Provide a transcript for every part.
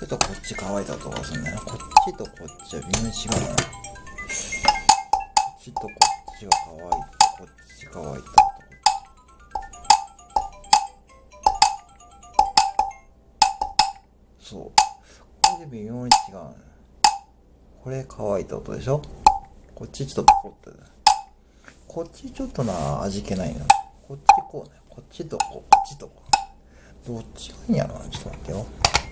ちょっとこっち乾いたとかすんだよね。こっちとこっちは微妙に違うな。こっちとこっちが乾いて、こっち乾いたと。そう。これで微妙に違うの。これ乾いた音でしょ。こっちちょっとポコッとだ。こっちちょっとな、味気ないな。こっちこうね。こっちとこっちとこう。どっちがいいんやろな。ちょっと待ってよ。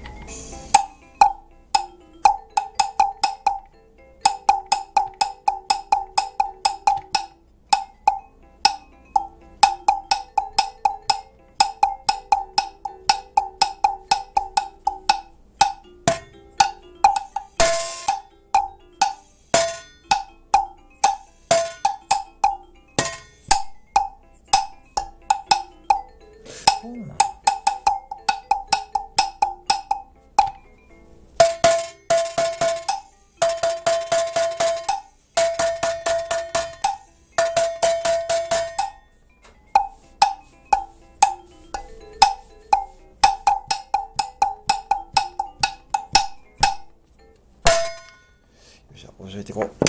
そうなの。よっしゃ、教えていこう。